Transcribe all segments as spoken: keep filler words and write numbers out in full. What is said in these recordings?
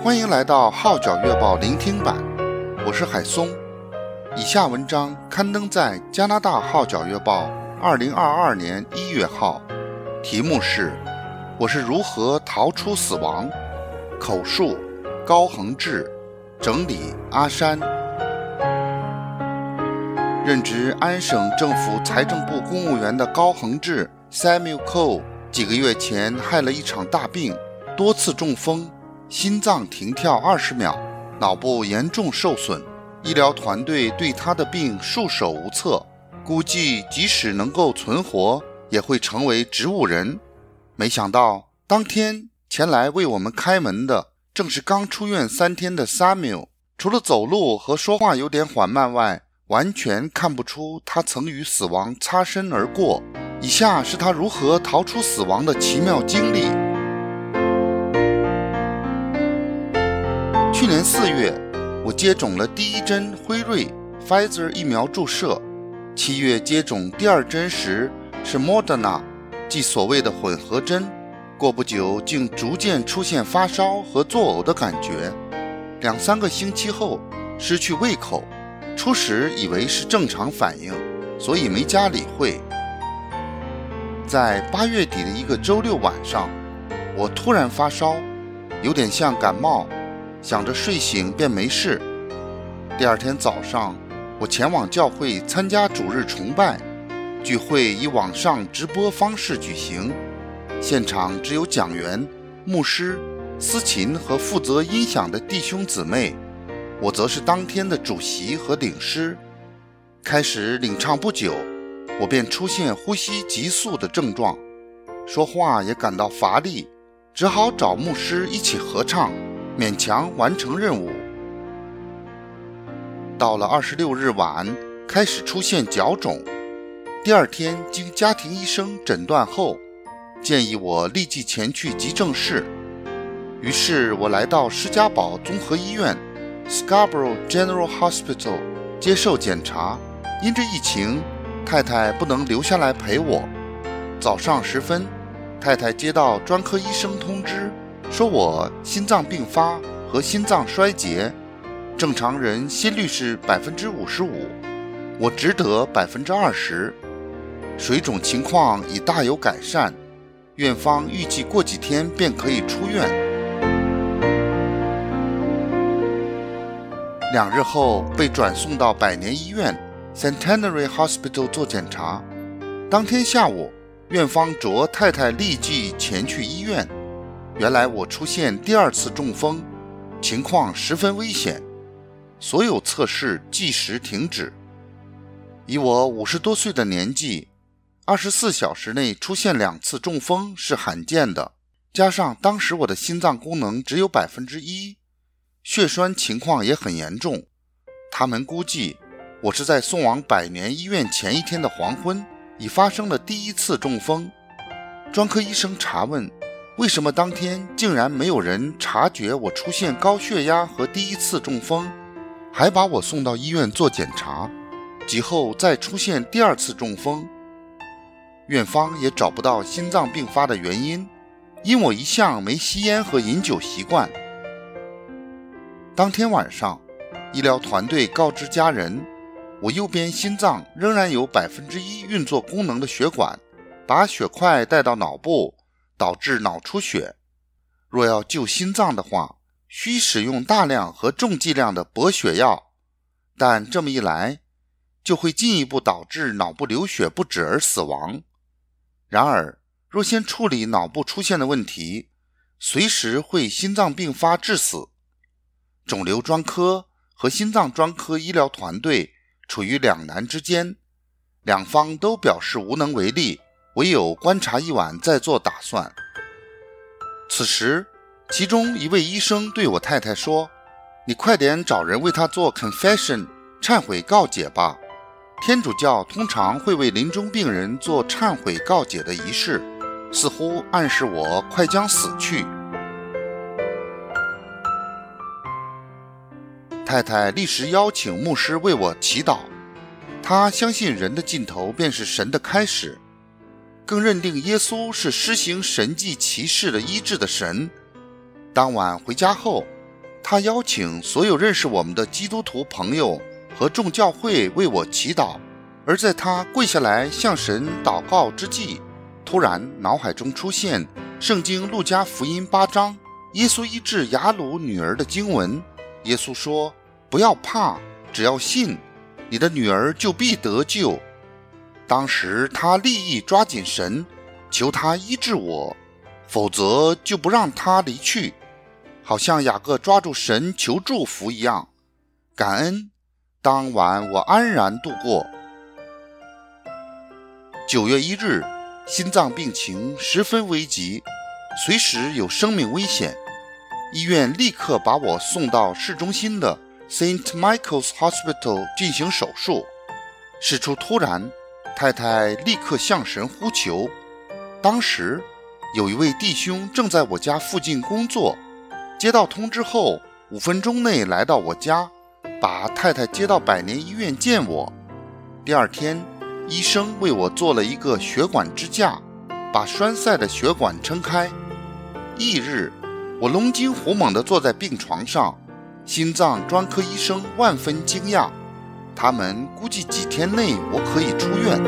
欢迎来到号角月报聆听版，我是海松。以下文章刊登在加拿大号角月报二零二二年一月号，题目是我是如何逃出死亡，口述高恒志，整理阿山。任职安省政府财政部公务员的高恒志 Samuel Cole 几个月前害了一场大病，多次中风，心脏停跳二十秒，脑部严重受损，医疗团队对他的病束手无策，估计即使能够存活也会成为植物人。没想到当天前来为我们开门的正是刚出院三天的 Samuel， 除了走路和说话有点缓慢外，完全看不出他曾与死亡擦身而过。以下是他如何逃出死亡的奇妙经历。去年四月，我接种了第一针辉瑞 Pfizer 疫苗注射，七月接种第二针时是 Moderna， 即所谓的混合针，过不久竟逐渐出现发烧和作呕的感觉，两三个星期后失去胃口，初时以为是正常反应，所以没加理会。在八月底的一个周六晚上，我突然发烧，有点像感冒，想着睡醒便没事。第二天早上，我前往教会参加主日崇拜，聚会以网上直播方式举行，现场只有讲员、牧师、司琴和负责音响的弟兄姊妹，我则是当天的主席和领诗。开始领唱不久，我便出现呼吸急速的症状，说话也感到乏力，只好找牧师一起合唱，勉强完成任务。到了二十六日晚，开始出现脚肿，第二天经家庭医生诊断后，建议我立即前去急症室。于是我来到施嘉堡综合医院 Scarborough General Hospital 接受检查。因着疫情，太太不能留下来陪我。早上时分，太太接到专科医生通知，说我心脏病发和心脏衰竭，正常人心率是 百分之五十五， 我只得 百分之二十， 水肿情况已大有改善，院方预计过几天便可以出院。两日后被转送到百年医院 Centenary Hospital 做检查，当天下午院方着太太立即前去医院。原来我出现第二次中风，情况十分危险，所有测试即时停止。以我五十多岁的年纪，二十四小时内出现两次中风是罕见的，加上当时我的心脏功能只有 百分之一， 血栓情况也很严重。他们估计我是在送往百年医院前一天的黄昏已发生了第一次中风。专科医生查问为什么当天竟然没有人察觉我出现高血压和第一次中风，还把我送到医院做检查，及后再出现第二次中风。院方也找不到心脏病发的原因，因我一向没吸烟和饮酒习惯。当天晚上，医疗团队告知家人，我右边心脏仍然有 百分之一 运作功能的血管，把血块带到脑部，导致脑出血。若要救心脏的话，需使用大量和重剂量的薄血药，但这么一来，就会进一步导致脑部流血不止而死亡。然而，若先处理脑部出现的问题，随时会心脏病发致死。肿瘤专科和心脏专科医疗团队处于两难之间，两方都表示无能为力，唯有观察一晚再做打算。此时，其中一位医生对我太太说，你快点找人为他做 confession 忏悔告解吧，天主教通常会为临终病人做忏悔告解的仪式，似乎暗示我快将死去。太太立时邀请牧师为我祈祷，她相信人的尽头便是神的开始，更认定耶稣是施行神迹奇事的医治的神。当晚回家后， 他邀请所有认识我们的基督徒朋友和众教会为我祈祷。而在他跪下来向神祷告之际，突然脑海中出现圣经路加福音八章耶稣医治雅鲁女儿的经文。耶稣说，不要怕，只要信，你的女儿就必得救。当时他立意抓紧神，求他医治我，否则就不让他离去，好像雅各抓住神求祝福一样。感恩，当晚我安然度过。九月一日，心脏病情十分危急，随时有生命危险。医院立刻把我送到市中心的 Saint Michael's Hospital 进行手术。事出突然，太太立刻向神呼求。当时有一位弟兄正在我家附近工作，接到通知后五分钟内来到我家，把太太接到百年医院见我。第二天，医生为我做了一个血管支架，把栓塞的血管撑开。翌日，我龙精虎猛地坐在病床上，心脏专科医生万分惊讶，他们估计几天内我可以出院。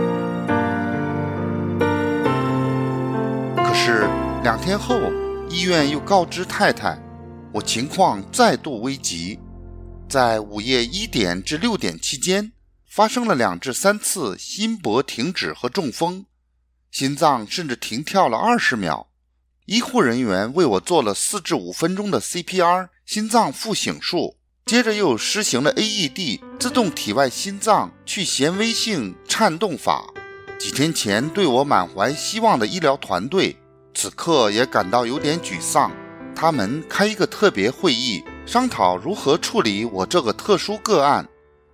可是两天后，医院又告知太太，我情况再度危急。在午夜一点至六点期间，发生了两至三次心搏停止和中风，心脏甚至停跳了二十秒。医护人员为我做了四至五分钟的 C P R 心脏复醒术，接着又施行了 A E D 自动体外心脏去显微性颤动法。几天前对我满怀希望的医疗团队，此刻也感到有点沮丧。他们开一个特别会议，商讨如何处理我这个特殊个案。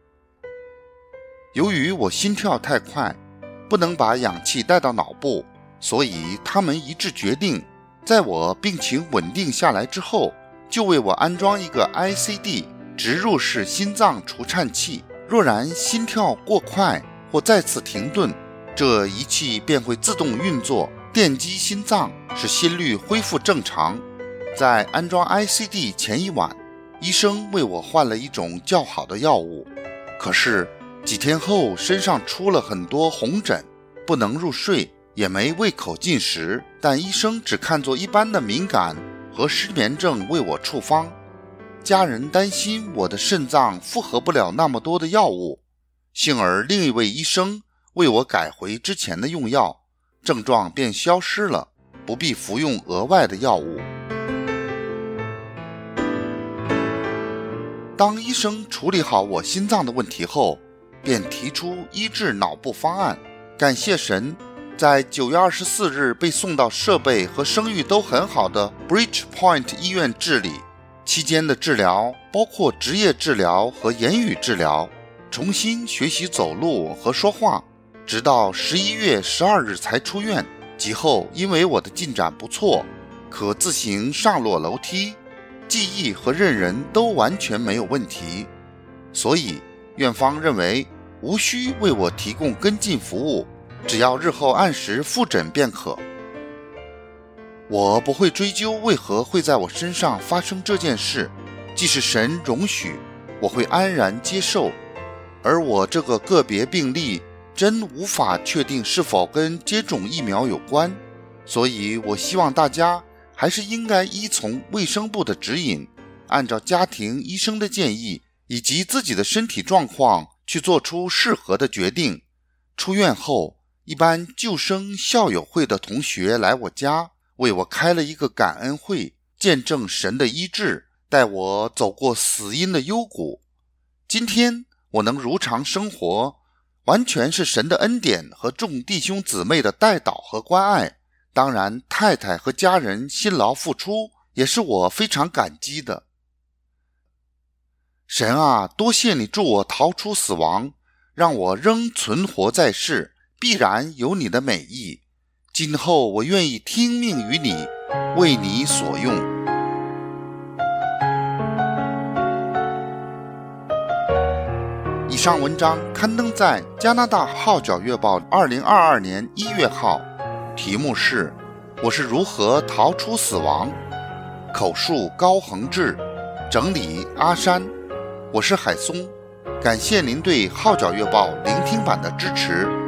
由于我心跳太快，不能把氧气带到脑部，所以他们一致决定，在我病情稳定下来之后，就为我安装一个 I C D 植入式心脏除颤器。若然心跳过快或再次停顿，这仪器便会自动运作，电击心脏，使心率恢复正常。在安装 I C D 前一晚，医生为我换了一种较好的药物，可是几天后身上出了很多红疹，不能入睡，也没胃口进食，但医生只看作一般的敏感和失眠症为我处方。家人担心我的肾脏负荷不了那么多的药物，幸而另一位医生为我改回之前的用药，症状便消失了，不必服用额外的药物。当医生处理好我心脏的问题后，便提出医治脑部方案。感谢神，在九月二十四日被送到设备和声誉都很好的 Bridgepoint 医院治理。期间的治疗包括职业治疗和言语治疗，重新学习走路和说话，直到十一月十二日才出院。及后因为我的进展不错，可自行上落楼梯，记忆和认人都完全没有问题，所以院方认为无需为我提供跟进服务，只要日后按时复诊便可。我不会追究为何会在我身上发生这件事，即使神容许，我会安然接受。而我这个个别病例真无法确定是否跟接种疫苗有关，所以我希望大家还是应该依从卫生部的指引，按照家庭医生的建议以及自己的身体状况去做出适合的决定。出院后，一般救生校友会的同学来我家，为我开了一个感恩会，见证神的医治，带我走过死荫的幽谷。今天我能如常生活，完全是神的恩典和众弟兄姊妹的代祷和关爱。当然，太太和家人辛劳付出，也是我非常感激的。神啊，多谢你助我逃出死亡，让我仍存活在世，必然有你的美意。今后我愿意听命于你，为你所用。以上文章刊登在加拿大号角月报二零二二年一月号，题目是我是如何逃出死亡，口述高恒志， 整理阿山，我是海松，感谢您对《号角月报》聆听版的支持。